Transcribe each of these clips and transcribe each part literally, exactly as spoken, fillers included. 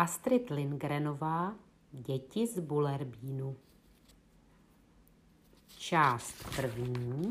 Astrid Lindgrenová Děti z Bullerbínu. Část první.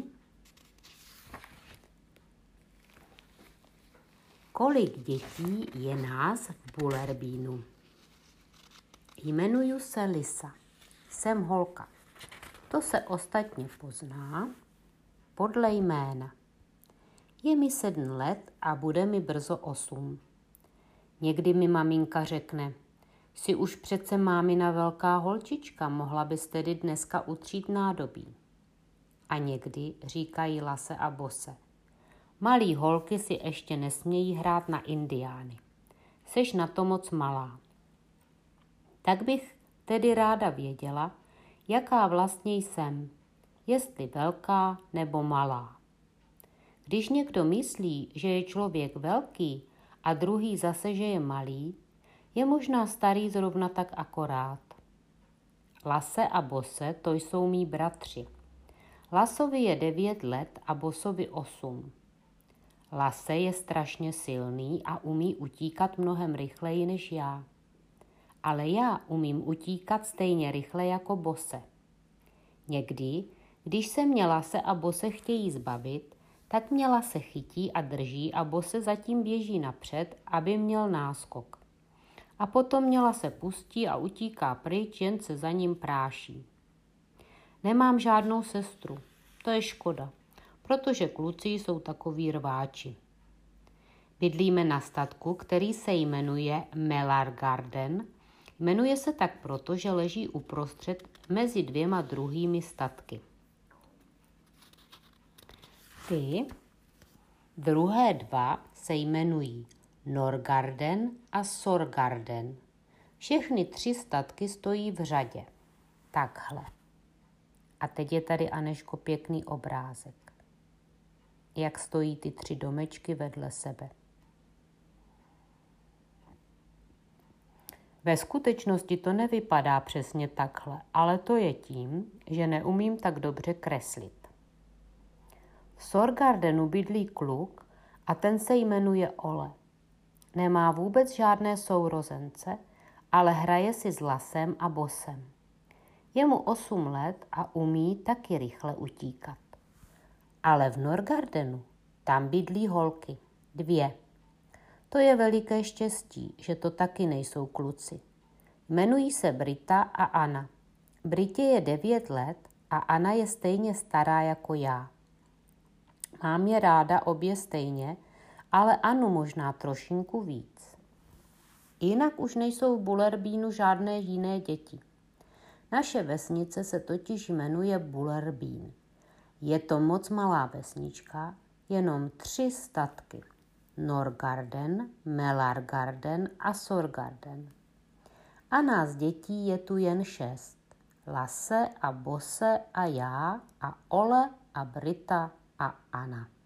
Kolik dětí je nás v Bullerbínu? Jmenuji se Lisa. Jsem holka. To se ostatně pozná podle jména. Je mi sedm let a bude mi brzo osm. Někdy mi maminka řekne, jsi už přece mámina velká holčička, mohla bys tedy dneska utřít nádobí. A někdy říkají Lase a Bose, malý holky si ještě nesmějí hrát na indiány. Seš na to moc malá. Tak bych tedy ráda věděla, jaká vlastně jsem, jestli velká nebo malá. Když někdo myslí, že je člověk velký a druhý zase, že je malý, je možná starý zrovna tak akorát. Lase a Bose, to jsou mí bratři. Lasovi je devět let a Bosovi osm. Lase je strašně silný a umí utíkat mnohem rychleji než já. Ale já umím utíkat stejně rychle jako Bose. Někdy, když se mě Lase a Bose chtějí zbavit, tak mě Lase chytí a drží a Bose zatím běží napřed, aby měl náskok. A potom mě Lase pustí a utíká pryč, jen se za ním práší. Nemám žádnou sestru, to je škoda, protože kluci jsou takoví rváči. Bydlíme na statku, který se jmenuje Mellargarden. Jmenuje se tak proto, že leží uprostřed mezi dvěma druhými statky. Ty druhé dva se jmenují Norgarden a Sorgarden. Všechny tři statky stojí v řadě. Takhle. A teď je tady, Anežko, pěkný obrázek. Jak stojí ty tři domečky vedle sebe. Ve skutečnosti to nevypadá přesně takhle, ale to je tím, že neumím tak dobře kreslit. V Sorgardenu bydlí kluk a ten se jmenuje Ole. Nemá vůbec žádné sourozence, ale hraje si s Lasem a Bosem. Je mu osm let a umí taky rychle utíkat. Ale v Norgardenu tam bydlí holky, dvě. To je veliké štěstí, že to taky nejsou kluci. Jmenují se Brita a Anna. Britě je devět let a Anna je stejně stará jako já. Mám je ráda obě stejně, ale Anu možná trošinku víc. Jinak už nejsou v Bullerbínu žádné jiné děti. Naše vesnice se totiž jmenuje Bullerbín. Je to moc malá vesnička, jenom tři statky. Norgarden, Mellargarden a Sorgarden. A nás dětí je tu jen šest. Lase a Bose a já a Ole a Brita a Anna.